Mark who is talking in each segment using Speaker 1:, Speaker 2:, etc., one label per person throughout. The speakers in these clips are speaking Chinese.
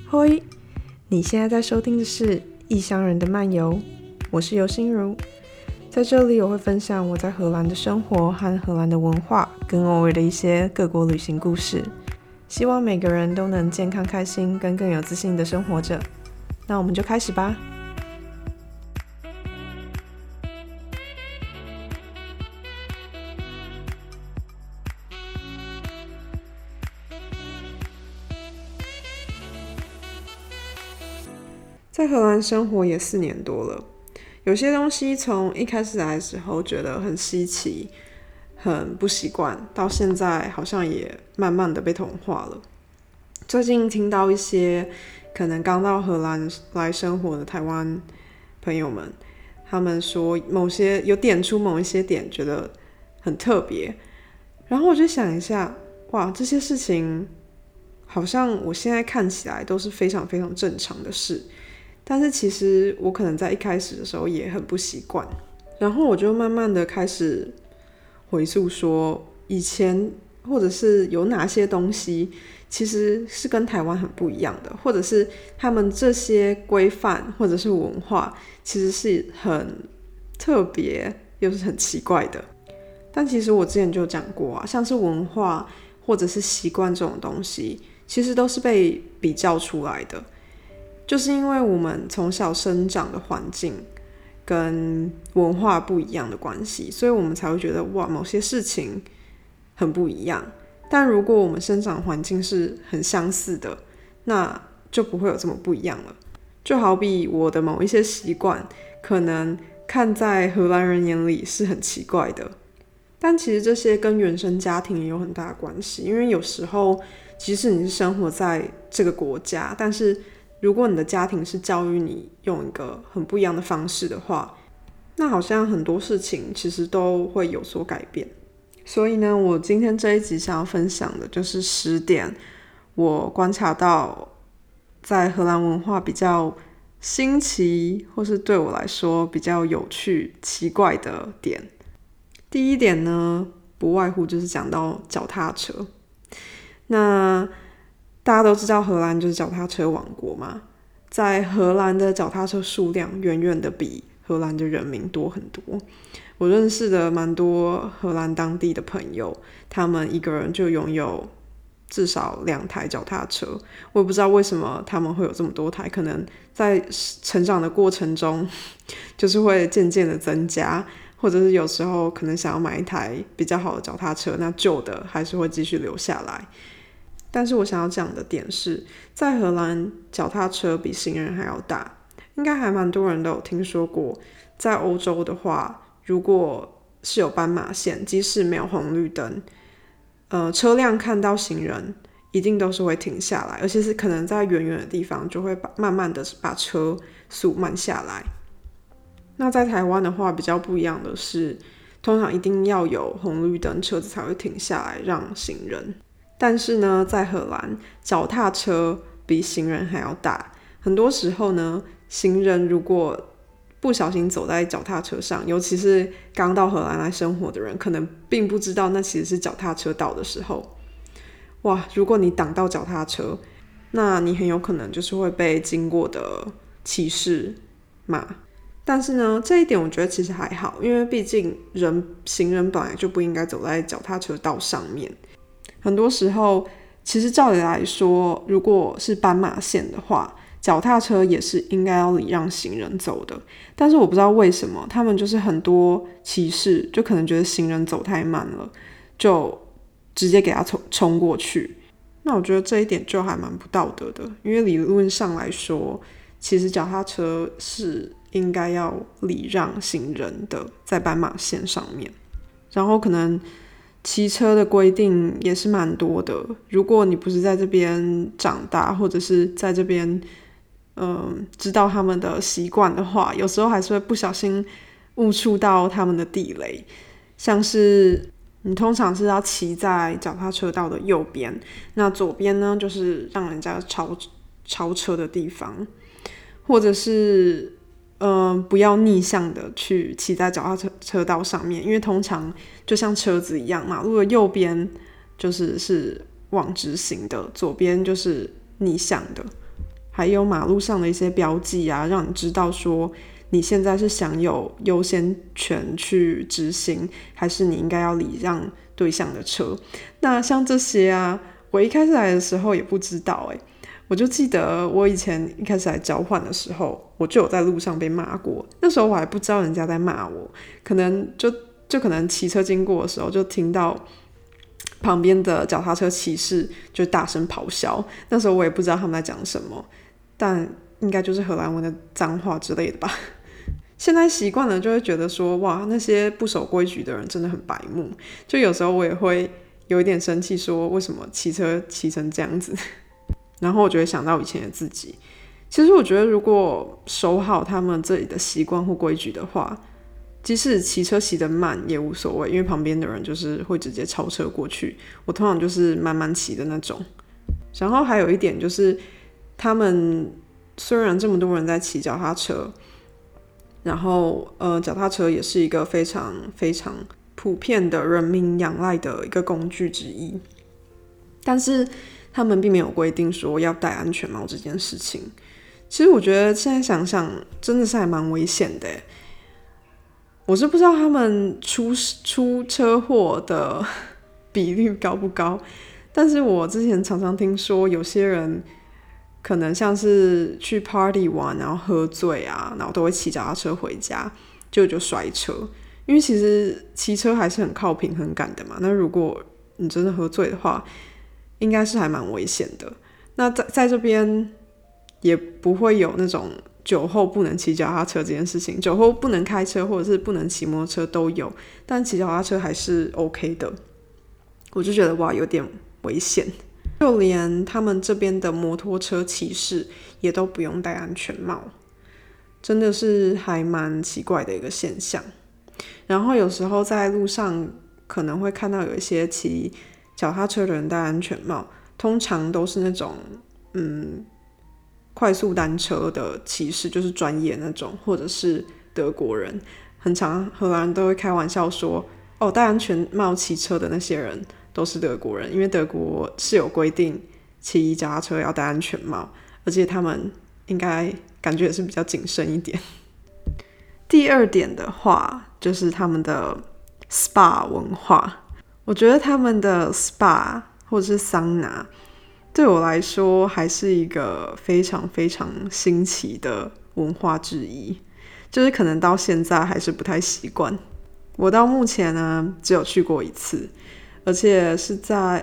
Speaker 1: Hoi，你现在在收听的是异乡人的漫游，我是游心如。在这里我会分享我在荷兰的生活和荷兰的文化，跟偶尔的一些各国旅行故事。希望每个人都能健康开心，跟更有自信的生活着。那我们就开始吧。在荷兰生活也4年多了，有些东西从一开始来的时候觉得很稀奇，很不习惯，到现在好像也慢慢的被同化了。最近听到一些可能刚到荷兰来生活的台湾朋友们，他们说有点出某一些点觉得很特别，然后我就想一下，哇，这些事情好像我现在看起来都是非常非常正常的事，但是其实我可能在一开始的时候也很不习惯，然后我就慢慢的开始回溯说以前或者是有哪些东西其实是跟台湾很不一样的，或者是他们这些规范或者是文化其实是很特别又是很奇怪的。但其实我之前就讲过啊，像是文化或者是习惯这种东西其实都是被比较出来的，就是因为我们从小生长的环境跟文化不一样的关系，所以我们才会觉得哇，某些事情很不一样。但如果我们生长环境是很相似的，那就不会有这么不一样了。就好比我的某一些习惯，可能看在荷兰人眼里是很奇怪的，但其实这些跟原生家庭也有很大的关系。因为有时候即使你是生活在这个国家，但是如果你的家庭是教育你用一个很不一样的方式的话，那好像很多事情其实都会有所改变。所以呢，我今天这一集想要分享的就是10点我观察到在荷兰文化比较新奇，或是对我来说比较有趣奇怪的点。第一点呢，不外乎就是讲到脚踏车。那大家都知道荷兰就是脚踏车王国嘛，在荷兰的脚踏车数量远远的比荷兰的人民多很多。我认识的蛮多荷兰当地的朋友，他们一个人就拥有至少2台脚踏车。我也不知道为什么他们会有这么多台，可能在成长的过程中就是会渐渐的增加，或者是有时候可能想要买一台比较好的脚踏车，那旧的还是会继续留下来。但是我想要讲的点是，在荷兰脚踏车比行人还要大，应该还蛮多人都有听说过。在欧洲的话，如果是有斑马线，即使没有红绿灯，车辆看到行人一定都是会停下来，而且是可能在远远的地方就会慢慢的把车速慢下来。那在台湾的话比较不一样的是，通常一定要有红绿灯，车子才会停下来让行人。但是呢，在荷兰，脚踏车比行人还要大。很多时候呢，行人如果不小心走在脚踏车上，尤其是刚到荷兰来生活的人，可能并不知道那其实是脚踏车道的时候，哇，如果你挡到脚踏车，那你很有可能就是会被经过的骑士骂。但是呢，这一点我觉得其实还好，因为毕竟行人本来就不应该走在脚踏车道上面。很多时候其实照理来说，如果是斑马线的话，脚踏车也是应该要礼让行人走的。但是我不知道为什么他们就是很多骑士就可能觉得行人走太慢了，就直接给他冲过去。那我觉得这一点就还蛮不道德的，因为理论上来说，其实脚踏车是应该要礼让行人的，在斑马线上面。然后可能骑车的规定也是蛮多的，如果你不是在这边长大，或者是在这边知道他们的习惯的话，有时候还是会不小心误触到他们的地雷。像是你通常是要骑在脚踏车道的右边，那左边呢就是让人家超车的地方，或者是不要逆向的去骑在脚踏车道上面，因为通常就像车子一样，马路的右边是往直行的，左边就是逆向的。 还有马路上的一些标记啊，让你知道说你现在是享有优先权去直行，还是你应该要礼让对向的车。那像这些啊，我一开始来的时候也不知道我就记得我以前一开始来交换的时候，我就有在路上被骂过。那时候我还不知道人家在骂我，可能就可能骑车经过的时候，就听到旁边的脚踏车骑士就大声咆哮。那时候我也不知道他们在讲什么，但应该就是荷兰文的脏话之类的吧。现在习惯了，就会觉得说，哇，那些不守规矩的人真的很白目。就有时候我也会有一点生气，说为什么骑车骑成这样子。然后我就会想到以前的自己。其实我觉得如果守好他们这里的习惯或规矩的话，即使骑车骑得慢也无所谓，因为旁边的人就是会直接超车过去。我通常就是慢慢骑的那种。然后还有一点就是，他们虽然这么多人在骑脚踏车，然后脚踏车也是一个非常非常普遍的人民仰赖的一个工具之一，但是他们并没有规定说要戴安全帽这件事情。其实我觉得现在想想真的是还蛮危险的我是不知道他们出车祸的比率高不高，但是我之前常常听说有些人可能像是去 party 玩，然后喝醉啊，然后都会骑脚踏车回家，就摔车。因为其实骑车还是很靠平衡感的嘛，那如果你真的喝醉的话，应该是还蛮危险的。那在这边也不会有那种酒后不能骑脚踏车这件事情，酒后不能开车或者是不能骑摩托车都有，但骑脚踏车还是 OK 的。我就觉得哇，有点危险。就连他们这边的摩托车骑士也都不用戴安全帽，真的是还蛮奇怪的一个现象。然后有时候在路上可能会看到有一些骑脚踏车的人戴安全帽，通常都是那种快速单车的骑士，就是专业那种，或者是德国人。很常荷兰人都会开玩笑说，戴安全帽骑车的那些人都是德国人，因为德国是有规定骑脚踏车要戴安全帽，而且他们应该感觉也是比较谨慎一点。第二点的话，就是他们的 SPA 文化。我觉得他们的 SPA 或者是桑拿，对我来说还是一个非常非常新奇的文化之一，就是可能到现在还是不太习惯。我到目前呢只有去过一次，而且是在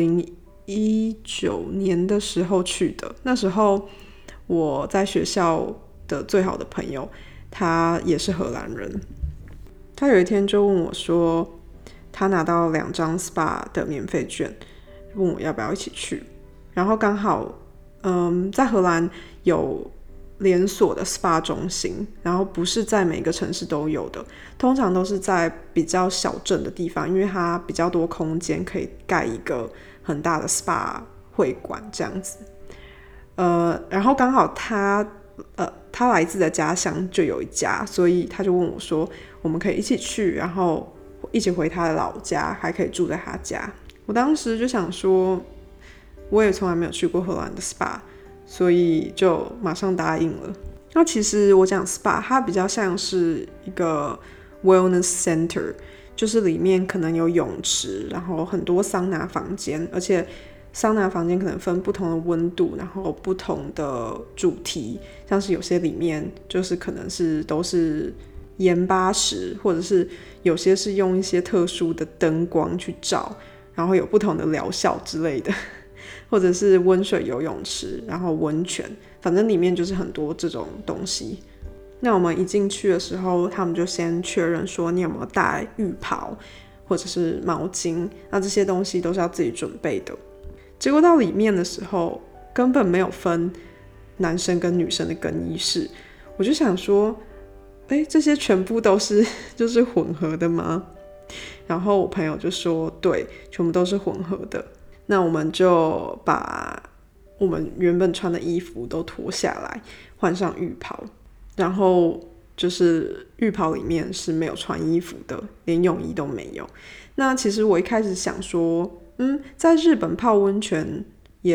Speaker 1: 2019年的时候去的。那时候我在学校的最好的朋友，他也是荷兰人，他有一天就问我说，他拿到2张 SPA 的免费券，问我要不要一起去。然后刚好在荷兰有连锁的 SPA 中心，然后不是在每个城市都有的，通常都是在比较小镇的地方，因为它比较多空间可以盖一个很大的 SPA 会馆这样子。然后刚好他来自的家乡就有一家，所以他就问我说我们可以一起去，然后一起回他的老家，还可以住在他家。我当时就想说，我也从来没有去过荷兰的 SPA， 所以就马上答应了。那其实我讲 SPA 它比较像是一个 wellness center， 就是里面可能有泳池，然后很多桑拿房间，而且桑拿房间可能分不同的温度，然后不同的主题，像是有些里面就是可能是都是盐巴石，或者是有些是用一些特殊的灯光去照，然后有不同的疗效之类的，或者是温水游泳池，然后温泉，反正里面就是很多这种东西。那我们一进去的时候，他们就先确认说你有没有带浴袍或者是毛巾，那这些东西都是要自己准备的。结果到里面的时候，根本没有分男生跟女生的更衣室，我就想说，这些全部都是就是混合的吗？然后我朋友就说，对，全部都是混合的。那我们就把我们原本穿的衣服都脱下来，换上浴袍，然后就是浴袍里面是没有穿衣服的，连泳衣都没有。那其实我一开始想说，在日本泡温泉也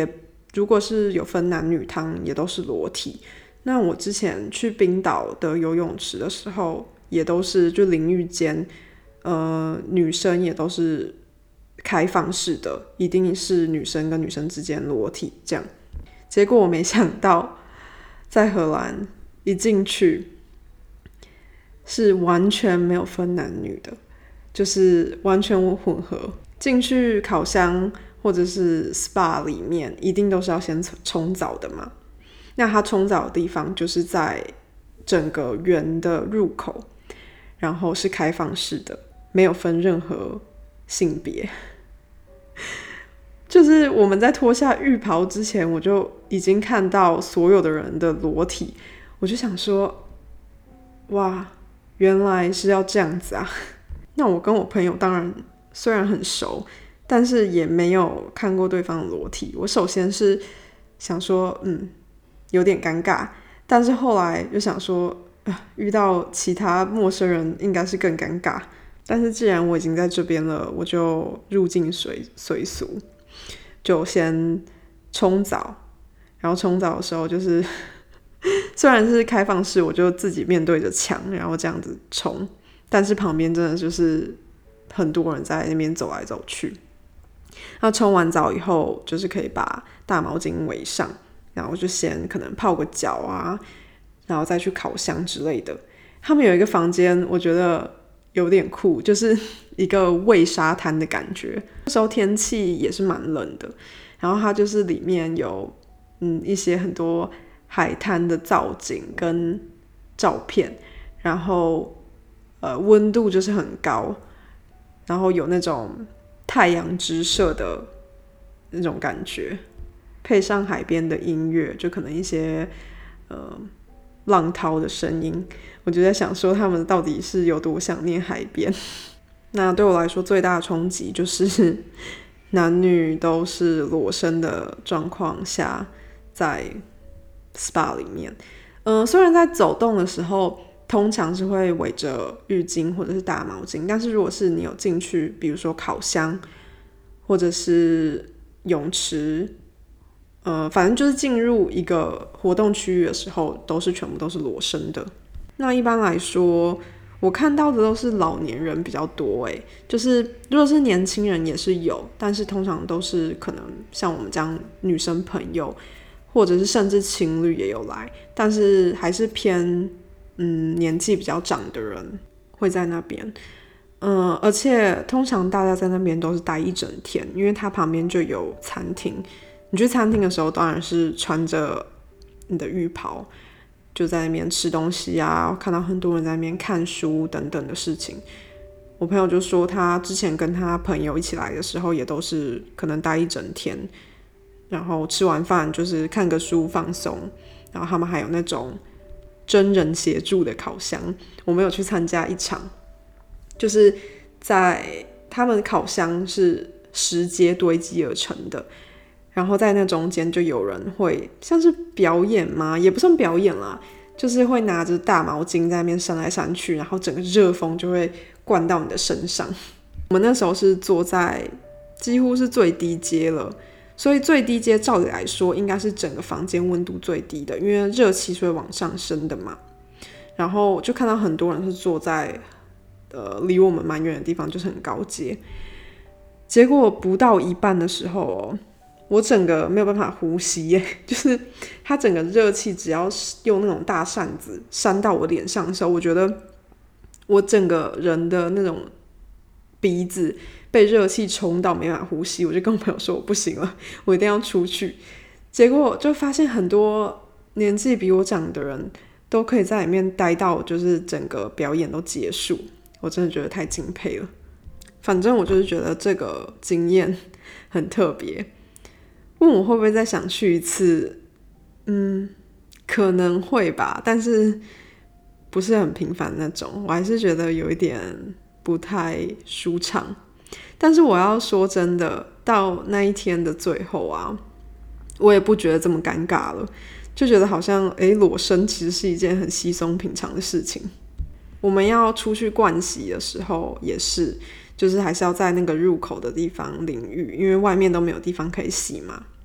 Speaker 1: 如果是有分男女汤，也都是裸体。那我之前去冰岛的游泳池的时候，也都是就淋浴间，女生也都是开放式的，一定是女生跟女生之间裸体这样。结果我没想到，在荷兰一进去是完全没有分男女的，就是完全混合。进去烤箱或者是 SPA 里面，一定都是要先冲澡的嘛。那它冲澡的地方就是在整个园的入口，然后是开放式的，没有分任何性别。就是我们在脱下浴袍之前，我就已经看到所有的人的裸体，我就想说，哇，原来是要这样子啊！那我跟我朋友当然虽然很熟，但是也没有看过对方的裸体。我首先是想说，有点尴尬，但是后来就想说，遇到其他陌生人应该是更尴尬。但是既然我已经在这边了，我就入境随俗，就先冲澡。然后冲澡的时候就是虽然是开放式，我就自己面对着墙，然后这样子冲，但是旁边真的就是很多人在那边走来走去。那冲完澡以后，就是可以把大毛巾围上，然后就先可能泡个脚啊，然后再去烤箱之类的。他们有一个房间，我觉得有点酷，就是一个伪沙滩的感觉。那时候天气也是蛮冷的，然后它就是里面有一些很多海滩的造景跟照片，然后温度就是很高，然后有那种太阳直射的那种感觉，配上海边的音乐，就可能一些浪涛的声音，我就在想说他们到底是有多想念海边。那对我来说最大的冲击就是男女都是裸身的状况下在 SPA 里面。虽然在走动的时候通常是会围着浴巾或者是大毛巾，但是如果是你有进去比如说烤箱或者是泳池，反正就是进入一个活动区域的时候都是全部都是裸身的。那一般来说我看到的都是老年人比较多，就是如果是年轻人也是有，但是通常都是可能像我们这样女生朋友，或者是甚至情侣也有来，但是还是偏年纪比较长的人会在那边。而且通常大家在那边都是待一整天，因为它旁边就有餐厅。你去餐厅的时候当然是穿着你的浴袍，就在那边吃东西啊，看到很多人在那边看书等等的事情。我朋友就说他之前跟他朋友一起来的时候也都是可能待一整天，然后吃完饭就是看个书放松，然后他们还有那种真人协助的烤箱。我们有去参加一场，就是在他们烤箱是石阶堆积而成的，然后在那中间就有人会像是表演吗？也不算表演啦，就是会拿着大毛巾在那边扇来扇去，然后整个热风就会灌到你的身上。我们那时候是坐在几乎是最低阶了，所以最低阶照理来说应该是整个房间温度最低的，因为热气是会往上升的嘛。然后就看到很多人是坐在离我们蛮远的地方，就是很高阶。结果不到一半的时候我整个没有办法呼吸耶，就是它整个热气只要用那种大扇子扇到我脸上的时候，我觉得我整个人的那种鼻子被热气冲到没办法呼吸，我就跟我朋友说我不行了，我一定要出去。结果就发现很多年纪比我长的人都可以在里面待到就是整个表演都结束，我真的觉得太敬佩了。反正我就是觉得这个经验很特别。问我会不会再想去一次，可能会吧，但是不是很频繁那种，我还是觉得有一点不太舒畅。但是我要说真的，到那一天的最后啊，我也不觉得这么尴尬了，就觉得好像裸身其实是一件很稀松平常的事情。我们要出去盥洗的时候也是，就是还是要在那个入口的地方淋浴，因为外面都没有地方可以洗嘛。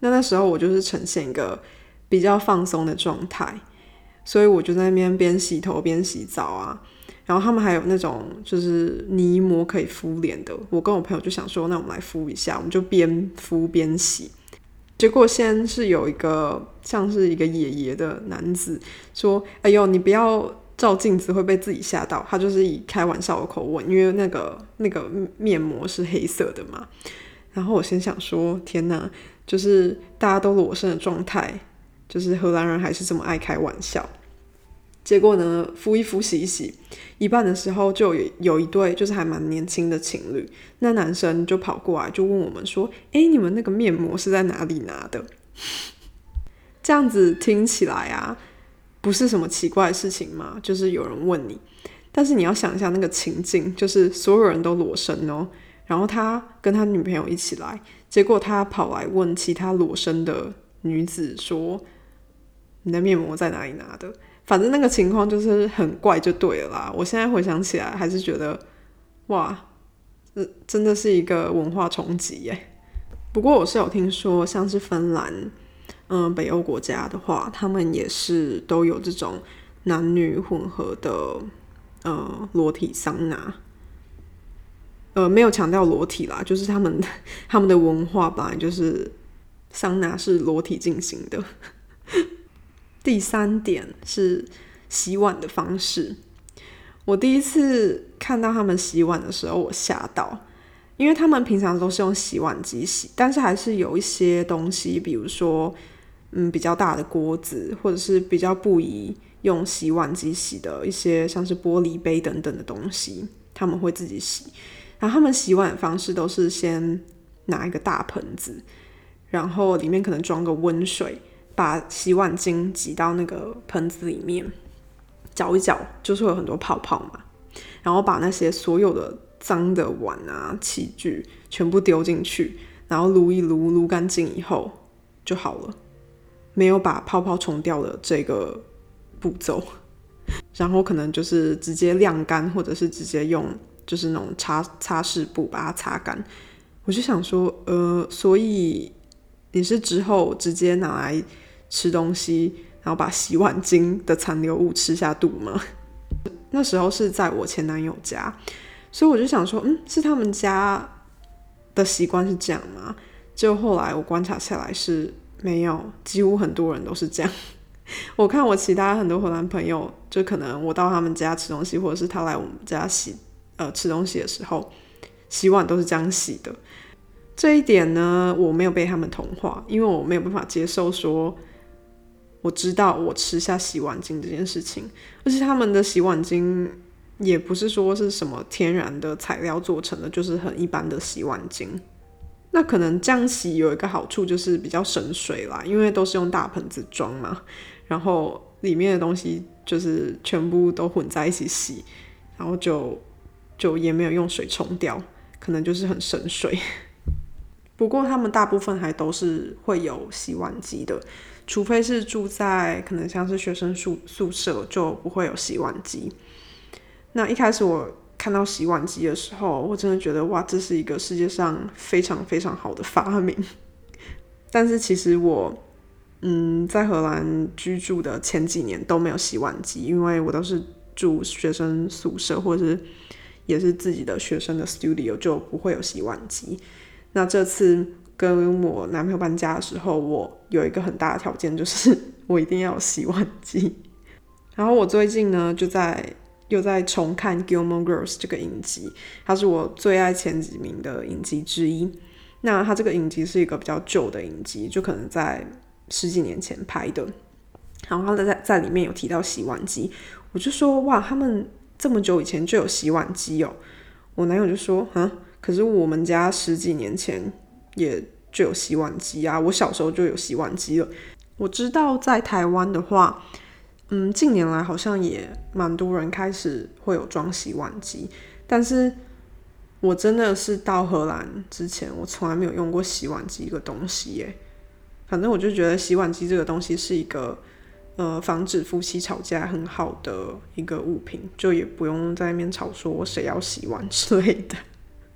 Speaker 1: 那时候我就是呈现一个比较放松的状态，所以我就在那边边洗头边洗澡啊。然后他们还有那种就是泥膜可以敷脸的，我跟我朋友就想说，那我们来敷一下，我们就边敷边洗。结果先是有一个像是一个爷爷的男子说：“哎呦，你不要照镜子会被自己吓到。”他就是以开玩笑的口吻，因为那个面膜是黑色的嘛。然后我先想说，天哪，就是大家都裸身的状态，就是荷兰人还是这么爱开玩笑。结果呢，敷一敷洗一洗，一半的时候就有一对就是还蛮年轻的情侣，那男生就跑过来就问我们说：“你们那个面膜是在哪里拿的？”这样子听起来啊，不是什么奇怪的事情嘛，就是有人问你，但是你要想一下那个情境，就是所有人都裸身哦，然后他跟他女朋友一起来，结果他跑来问其他裸身的女子说：“你的面膜在哪里拿的？”反正那个情况就是很怪就对了啦。我现在回想起来还是觉得哇，真的是一个文化冲击耶。不过我是有听说像是芬兰北欧国家的话，他们也是都有这种男女混合的裸体桑拿。没有强调裸体啦，就是他们的文化本来就是桑拿是裸体进行的。第3点是洗碗的方式。我第一次看到他们洗碗的时候，我吓到，因为他们平常都是用洗碗机洗，但是还是有一些东西，比如说比较大的锅子，或者是比较不宜用洗碗机洗的一些像是玻璃杯等等的东西，他们会自己洗。然后他们洗碗的方式都是先拿一个大盆子，然后里面可能装个温水，把洗碗精挤到那个盆子里面，搅一搅，就是会有很多泡泡嘛。然后把那些所有的脏的碗啊、器具全部丢进去，然后撸一撸，撸干净以后就好了，没有把泡泡冲掉的这个步骤。然后可能就是直接晾干，或者是直接用就是那种擦拭布把它擦干。我就想说，所以你是之后直接拿来吃东西，然后把洗碗精的残留物吃下肚吗？那时候是在我前男友家，所以我就想说，是他们家的习惯是这样吗？结果后来我观察下来是没有，几乎很多人都是这样。我看我其他很多荷兰朋友，就可能我到他们家吃东西，或者是他来我们家吃东西的时候，洗碗都是这样洗的。这一点呢，我没有被他们同化，因为我没有办法接受说我知道我吃下洗碗精这件事情，而且他们的洗碗精也不是说是什么天然的材料做成的，就是很一般的洗碗精。那可能这样洗有一个好处就是比较省水啦，因为都是用大盆子装嘛，然后里面的东西就是全部都混在一起洗，然后就也没有用水冲掉，可能就是很省水。不过他们大部分还都是会有洗碗机的，除非是住在可能像是学生宿舍就不会有洗碗机。那一开始我看到洗碗机的时候，我真的觉得哇，这是一个世界上非常非常好的发明。但是其实我在荷兰居住的前几年都没有洗碗机，因为我都是住学生宿舍或者是也是自己的学生的 studio， 就不会有洗碗机。那这次跟我男朋友搬家的时候，我有一个很大的条件，就是我一定要有洗碗机。然后我最近呢又在重看《Gilmore Girls》这个影集，它是我最爱前几名的影集之一。那它这个影集是一个比较旧的影集，就可能在10几年前拍的。然后他在里面有提到洗碗机，我就说哇，他们这么久以前就有洗碗机哦。我男友就说可是我们家10几年前也就有洗碗机啊，我小时候就有洗碗机了。我知道在台湾的话近年来好像也蛮多人开始会有装洗碗机，但是我真的是到荷兰之前，我从来没有用过洗碗机这个东西耶。反正我就觉得洗碗机这个东西是一个防止夫妻吵架很好的一个物品，就也不用在那边吵说谁要洗碗之类的。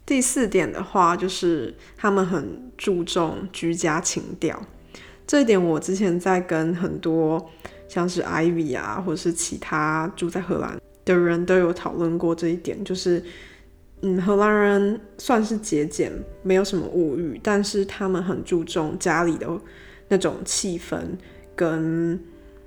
Speaker 1: 第4点的话，就是他们很注重居家情调。这一点我之前在跟很多像是 Ivy 啊，或者是其他住在荷兰的人都有讨论过这一点，就是荷兰人算是节俭，没有什么物欲，但是他们很注重家里的那种气氛跟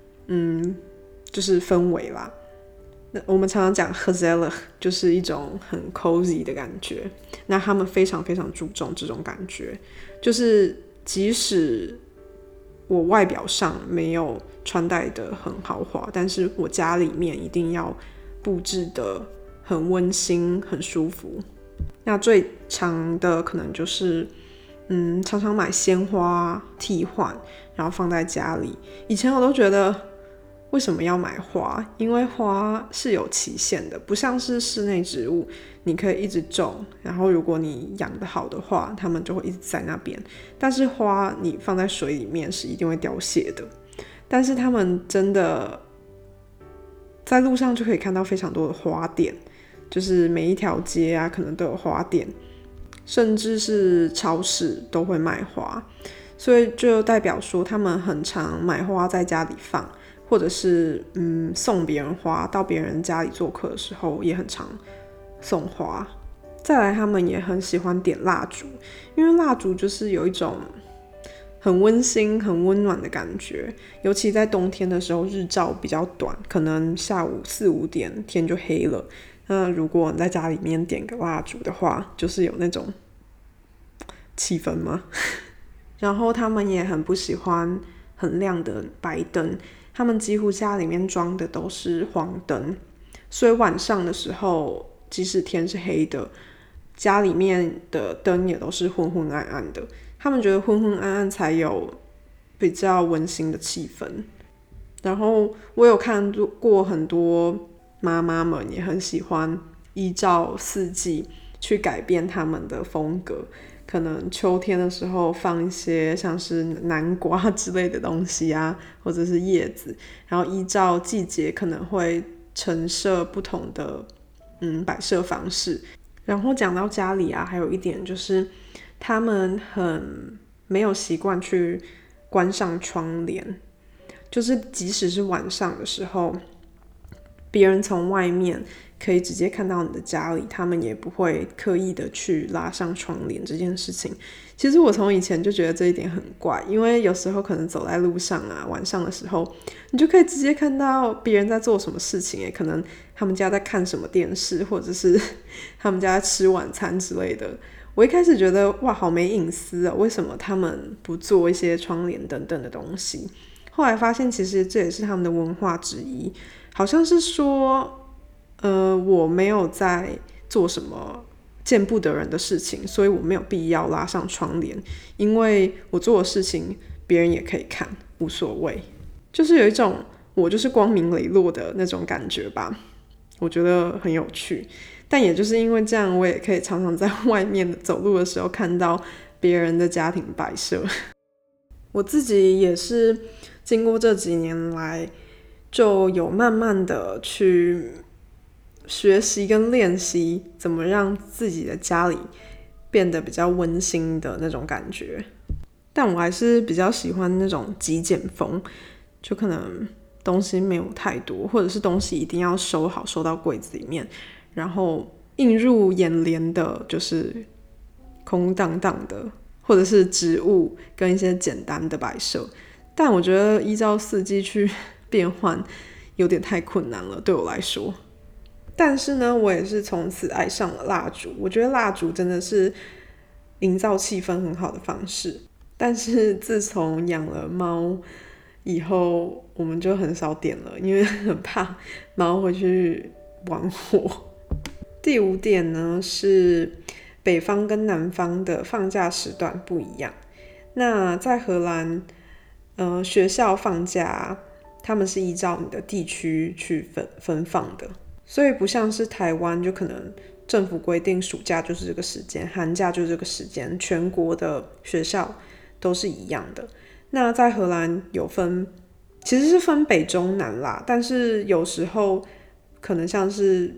Speaker 1: 就是氛围啦。我们常常讲 gezellig 就是一种很 cozy 的感觉，那他们非常非常注重这种感觉，就是即使我外表上没有穿戴的很豪华，但是我家里面一定要布置的很温馨很舒服。那最常的可能就是常常买鲜花替换，然后放在家里。以前我都觉得为什么要买花？因为花是有期限的，不像是室内植物，你可以一直种，然后如果你养得好的话，它们就会一直在那边。但是花你放在水里面是一定会凋谢的。但是他们真的在路上就可以看到非常多的花店，就是每一条街啊可能都有花店，甚至是超市都会卖花，所以就代表说他们很常买花在家里放。或者是送别人花，到别人家里做客的时候也很常送花。再来他们也很喜欢点蜡烛，因为蜡烛就是有一种很温馨很温暖的感觉，尤其在冬天的时候日照比较短，可能下午4、5点天就黑了，那如果你在家里面点个蜡烛的话，就是有那种气氛吗？然后他们也很不喜欢很亮的白灯，他们几乎家里面装的都是黄灯，所以晚上的时候即使天是黑的，家里面的灯也都是昏昏暗暗的，他们觉得昏昏暗暗才有比较温馨的气氛。然后我有看过很多妈妈们也很喜欢依照四季去改变他们的风格，可能秋天的时候放一些像是南瓜之类的东西啊，或者是叶子，然后依照季节可能会陈设不同的摆设方式。然后讲到家里啊，还有一点就是他们很没有习惯去关上窗帘，就是即使是晚上的时候，别人从外面可以直接看到你的家里，他们也不会刻意的去拉上窗帘这件事情。其实我从以前就觉得这一点很怪，因为有时候可能走在路上啊，晚上的时候你就可以直接看到别人在做什么事情，可能他们家在看什么电视，或者是他们家在吃晚餐之类的。我一开始觉得哇好没隐私啊，为什么他们不做一些窗帘等等的东西？后来发现其实这也是他们的文化之一，好像是说我没有在做什么见不得人的事情，所以我没有必要拉上窗帘，因为我做的事情别人也可以看，无所谓，就是有一种我就是光明磊落的那种感觉吧，我觉得很有趣。但也就是因为这样，我也可以常常在外面走路的时候看到别人的家庭摆设。我自己也是经过这几年来就有慢慢的去学习跟练习怎么让自己的家里变得比较温馨的那种感觉。但我还是比较喜欢那种极简风，就可能东西没有太多，或者是东西一定要收好收到柜子里面，然后映入眼帘的就是空荡荡的，或者是植物跟一些简单的摆设。但我觉得依照四季去变换有点太困难了，对我来说。但是呢，我也是从此爱上了蜡烛，我觉得蜡烛真的是营造气氛很好的方式。但是自从养了猫以后，我们就很少点了，因为很怕猫会去玩火。第5点呢是北方跟南方的放假时段不一样。那在荷兰学校放假他们是依照你的地区去分放的，所以不像是台湾就可能政府规定暑假就是这个时间，寒假就是这个时间，全国的学校都是一样的。那在荷兰有分，其实是分北中南啦，但是有时候可能像是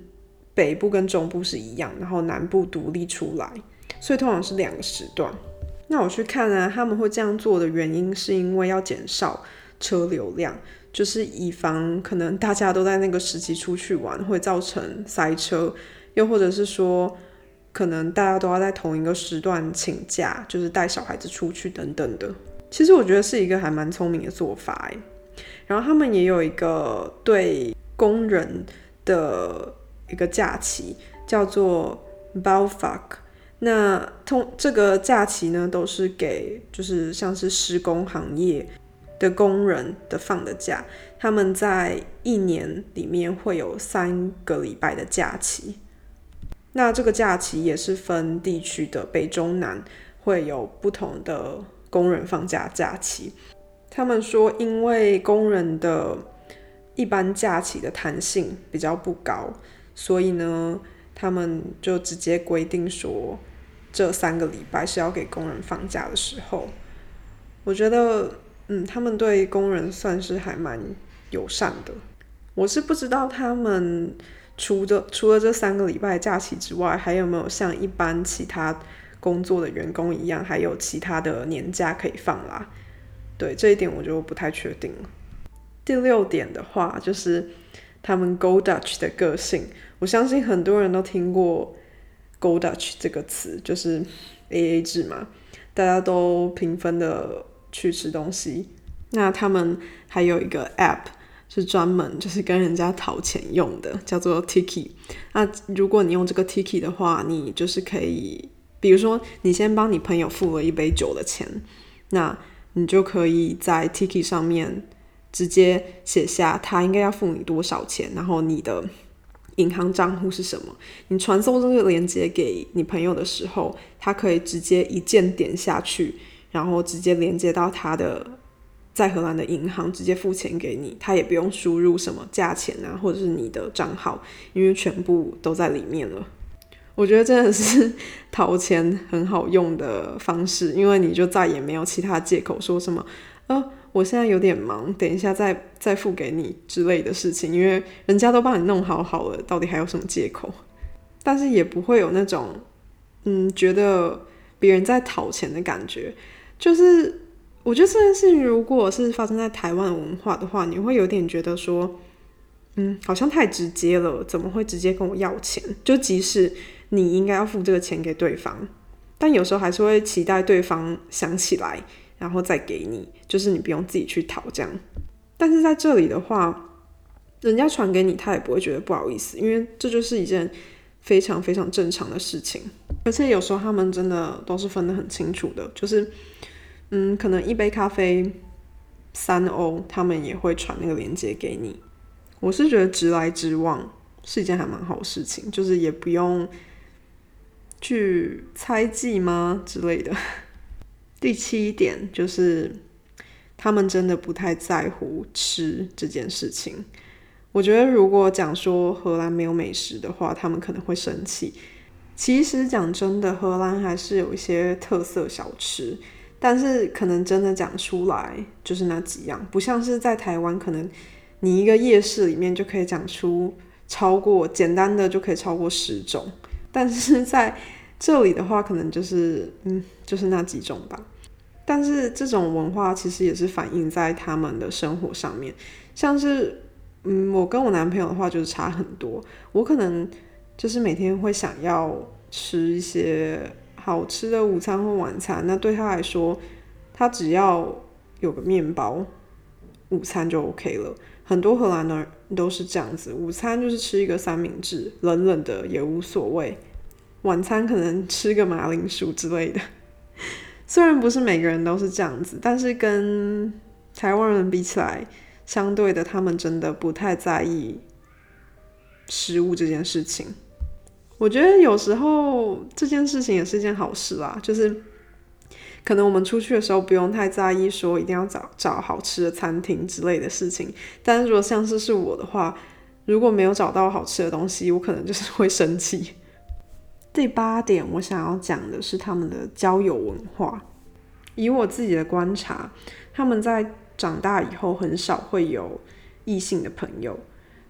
Speaker 1: 北部跟中部是一样，然后南部独立出来，所以通常是2个时段。那我去看啊，他们会这样做的原因是因为要减少车流量，就是以防可能大家都在那个时期出去玩会造成塞车，又或者是说可能大家都要在同一个时段请假，就是带小孩子出去等等的。其实我觉得是一个还蛮聪明的做法。然后他们也有一个对工人的一个假期叫做 Baufak， 那这个假期呢都是给就是像是施工行业的工人的放的假，他们在一年里面会有3个礼拜的假期。那这个假期也是分地区的，北中南会有不同的工人放假假期。他们说因为工人的一般假期的弹性比较不高，所以呢他们就直接规定说这3个礼拜是要给工人放假的时候。我觉得他们对工人算是还蛮友善的。我是不知道他们除了这3个礼拜的假期之外，还有没有像一般其他工作的员工一样，还有其他的年假可以放啦。对，这一点我就不太确定了。第6点的话，就是他们 Go Dutch 的个性。我相信很多人都听过 Go Dutch 这个词，就是 AA 制嘛，大家都平分的去吃东西。那他们还有一个 App 是专门就是跟人家讨钱用的，叫做 Tiki。那如果你用这个 Tiki 的话，你就是可以，比如说你先帮你朋友付了一杯酒的钱，那你就可以在 Tiki 上面直接写下他应该要付你多少钱，然后你的银行账户是什么。你传送这个链接给你朋友的时候，他可以直接一键点下去，然后直接连接到他的在荷兰的银行，直接付钱给你，他也不用输入什么价钱啊，或者是你的账号，因为全部都在里面了。我觉得真的是讨钱很好用的方式，因为你就再也没有其他借口说什么我现在有点忙，等一下再付给你之类的事情，因为人家都帮你弄好了，到底还有什么借口？但是也不会有那种觉得别人在讨钱的感觉。就是我觉得这件事情如果是发生在台湾文化的话，你会有点觉得说好像太直接了，怎么会直接跟我要钱？就即使你应该要付这个钱给对方，但有时候还是会期待对方想起来然后再给你，就是你不用自己去讨这样。但是在这里的话，人家传给你他也不会觉得不好意思，因为这就是一件非常非常正常的事情。而且有时候他们真的都是分得很清楚的，就是可能一杯咖啡3欧，他们也会传那个链接给你。我是觉得直来直往是一件还蛮好的事情，就是也不用去猜忌吗之类的。第7点就是他们真的不太在乎吃这件事情。我觉得如果讲说荷兰没有美食的话，他们可能会生气。其实讲真的，荷兰还是有一些特色小吃，但是可能真的讲出来就是那几样，不像是在台湾，可能你一个夜市里面就可以讲出简单的就可以超过10种，但是在这里的话可能就是那几种吧。但是这种文化其实也是反映在他们的生活上面，像是我跟我男朋友的话就是差很多。我可能就是每天会想要吃一些好吃的午餐或晚餐，那对他来说他只要有个面包午餐就 OK 了。很多荷兰人都是这样子，午餐就是吃一个三明治，冷冷的也无所谓，晚餐可能吃个马铃薯之类的。虽然不是每个人都是这样子，但是跟台湾人比起来，相对的他们真的不太在意食物这件事情。我觉得有时候这件事情也是一件好事啦，就是可能我们出去的时候不用太在意说一定要找好吃的餐厅之类的事情，但是如果像是我的话，如果没有找到好吃的东西，我可能就是会生气。第8点我想要讲的是他们的交友文化。以我自己的观察，他们在长大以后很少会有异性的朋友，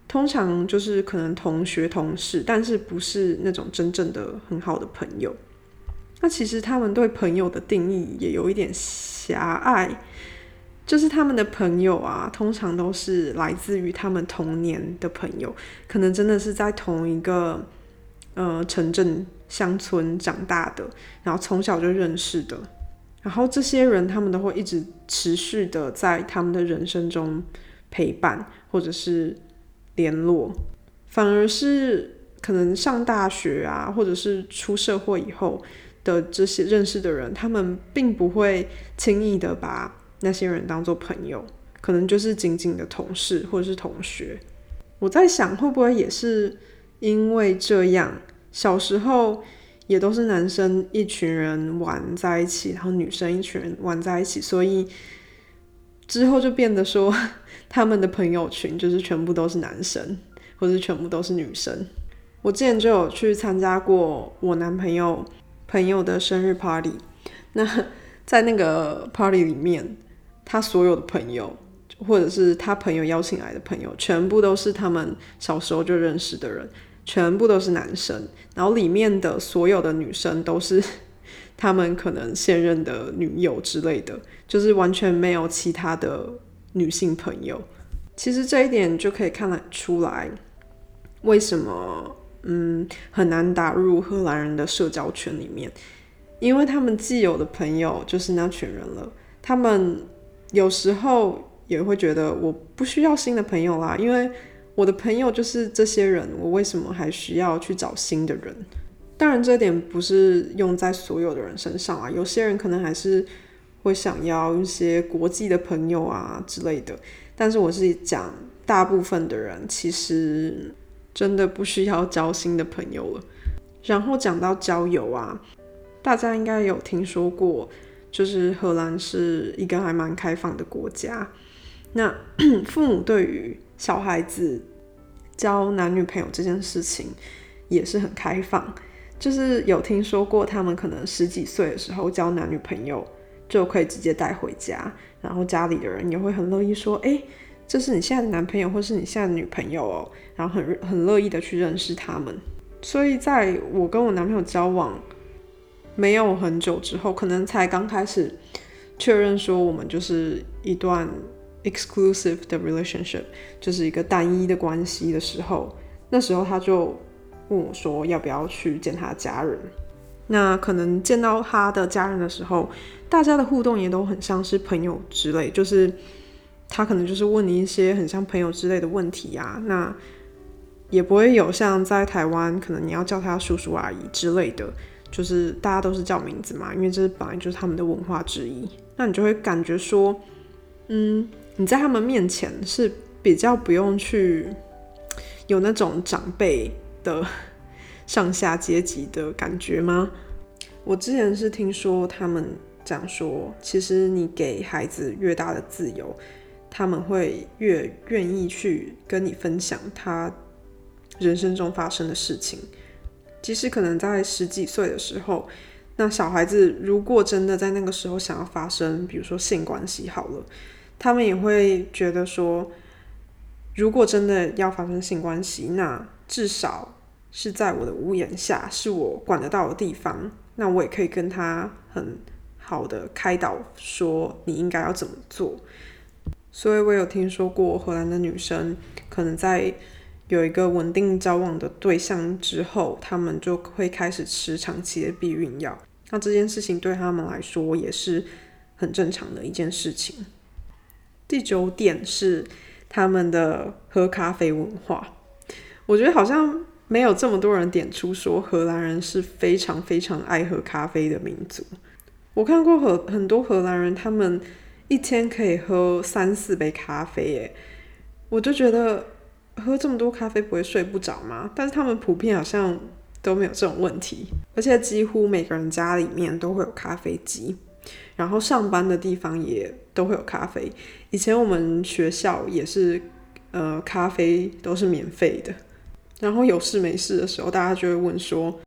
Speaker 1: 通常就是可能同学同事，但是不是那种真正的很好的朋友。那其实他们对朋友的定义也有一点狭隘，就是他们的朋友啊，通常都是来自于他们童年的朋友，可能真的是在同一个城镇乡村长大的，然后从小就认识的，然后这些人他们都会一直持续的在他们的人生中陪伴或者是联络，反而是可能上大学啊，或者是出社会以后的这些认识的人，他们并不会轻易的把那些人当作朋友，可能就是仅仅的同事或者是同学。我在想会不会也是因为这样，小时候也都是男生一群人玩在一起，然后女生一群人玩在一起，所以之后就变得说他们的朋友群就是全部都是男生，或者全部都是女生。我之前就有去参加过我男朋友的生日 party， 那在那个 party 里面，他所有的朋友或者是他朋友邀请来的朋友，全部都是他们小时候就认识的人，全部都是男生，然后里面的所有的女生都是他们可能现任的女友之类的，就是完全没有其他的女性朋友。其实这一点就可以看得出来，为什么很难打入荷兰人的社交圈里面，因为他们既有的朋友就是那群人了，他们有时候也会觉得我不需要新的朋友啦，因为我的朋友就是这些人，我为什么还需要去找新的人？当然这点不是用在所有的人身上啊，有些人可能还是会想要一些国际的朋友啊之类的，但是我是讲大部分的人其实真的不需要交新的朋友了。然后讲到交友啊，大家应该有听说过，就是荷兰是一个还蛮开放的国家，那父母对于小孩子交男女朋友这件事情也是很开放，就是有听说过他们可能10几岁的时候交男女朋友就可以直接带回家，然后家里的人也会很乐意说这是你现在的男朋友或是你现在的女朋友哦，然后很乐意的去认识他们。所以在我跟我男朋友交往没有很久之后，可能才刚开始确认说我们就是一段 exclusive 的 relationship， 就是一个单一的关系的时候，那时候他就问我说要不要去见他的家人。那可能见到他的家人的时候，大家的互动也都很像是朋友之类，就是他可能就是问你一些很像朋友之类的问题啊，那也不会有像在台湾可能你要叫他叔叔阿姨之类的，就是大家都是叫名字嘛，因为这本来就是他们的文化之一。那你就会感觉说你在他们面前是比较不用去有那种长辈的上下阶级的感觉吗？我之前是听说他们讲说，其实你给孩子越大的自由，他们会越愿意去跟你分享他人生中发生的事情。即使可能在10几岁的时候，那小孩子如果真的在那个时候想要发生比如说性关系好了，他们也会觉得说，如果真的要发生性关系，那至少是在我的屋檐下，是我管得到的地方，那我也可以跟他很好的开导说你应该要怎么做。所以我有听说过荷兰的女生可能在有一个稳定交往的对象之后，他们就会开始吃长期的避孕药，那这件事情对他们来说也是很正常的一件事情。第9点是他们的喝咖啡文化，我觉得好像没有这么多人点出说荷兰人是非常非常爱喝咖啡的民族。我看过很多荷兰人，他们一天可以喝3-4杯咖啡耶，我就觉得喝这么多咖啡不会睡不着吗？但是他们普遍好像都没有这种问题，而且几乎每个人家里面都会有咖啡机，然后上班的地方也都会有咖啡。以前我们学校也是咖啡都是免费的，然后有事没事的时候大家就会问说，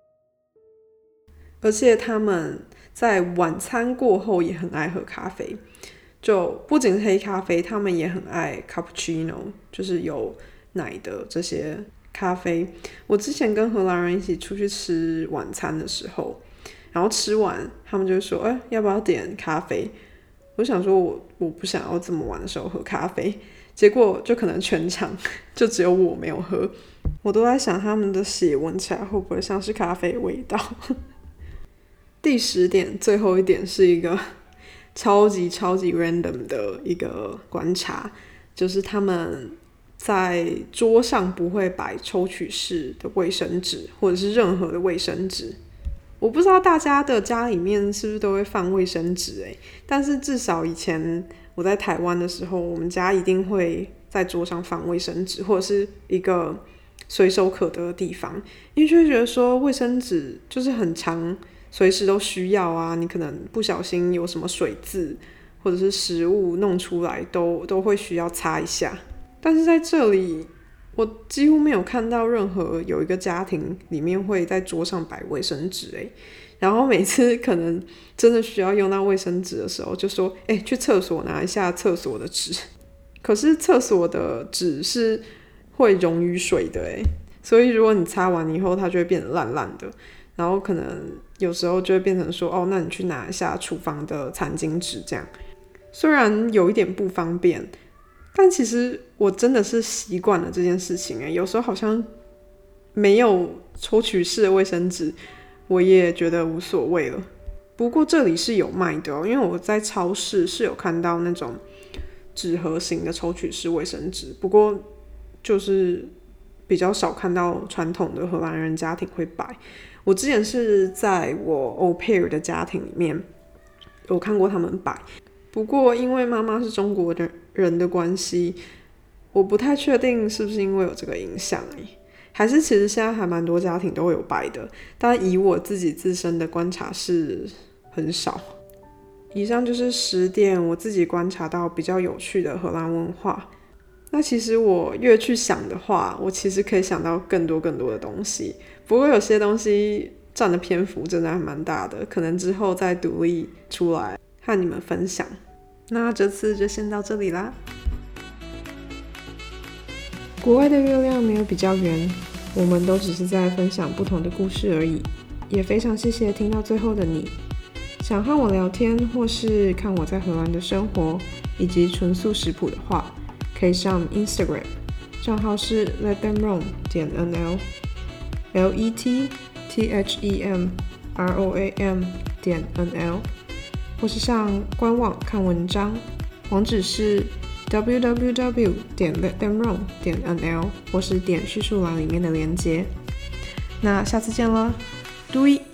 Speaker 1: 而且他们在晚餐过后也很爱喝咖啡， 就不仅是黑咖啡，他们也很爱 cappuccino， 就是有奶的这些咖啡。我之前跟荷兰人一起出去吃晚餐的时候，然后吃完他们就说要不要点咖啡。我想说我不想要这么晚的时候喝咖啡，结果就可能全场就只有我没有喝。我都在想他们的血闻起来会不会像是咖啡的味道。第10点，最后一点是一个超级 random 的一个观察，就是他们在桌上不会摆抽取式的卫生纸，或者是任何的卫生纸。我不知道大家的家里面是不是都会放卫生纸但是至少以前我在台湾的时候，我们家一定会在桌上放卫生纸，或者是一个随手可得的地方，因为就会觉得说卫生纸就是很常随时都需要啊，你可能不小心有什么水渍或者是食物弄出来都会需要擦一下。但是在这里我几乎没有看到任何有一个家庭里面会在桌上摆卫生纸然后每次可能真的需要用到卫生纸的时候就说去厕所拿一下厕所的纸。可是厕所的纸是会溶于水的所以如果你擦完以后它就会变得烂烂的，然后可能有时候就会变成说那你去拿一下厨房的餐巾纸这样。虽然有一点不方便，但其实我真的是习惯了这件事情有时候好像没有抽取式的卫生纸我也觉得无所谓了。不过这里是有卖的因为我在超市是有看到那种纸盒型的抽取式卫生纸，不过就是比较少看到传统的荷兰人家庭会摆。我之前是在我 au pair 的家庭里面有看过他们摆，不过因为妈妈是中国人的关系，我不太确定是不是因为有这个影响还是其实现在还蛮多家庭都会有摆的，但以我自己自身的观察是很少。以上就是10点我自己观察到比较有趣的荷兰文化。那其实我越去想的话，我其实可以想到更多的东西，不过有些东西占的篇幅真的还蛮大的，可能之后再独立出来和你们分享。那这次就先到这里啦。国外的月亮没有比较圆，我们都只是在分享不同的故事而已。也非常谢谢听到最后的你。想和我聊天或是看我在荷兰的生活以及纯素食谱的话，可以上 Instagram， 账号是 letthemroam.nl LETTHEMROAM.nl， 或是上官网看文章，网址是www.letthemroam.nl， 或是点叙述栏里面的连结。那下次见了，嘟一。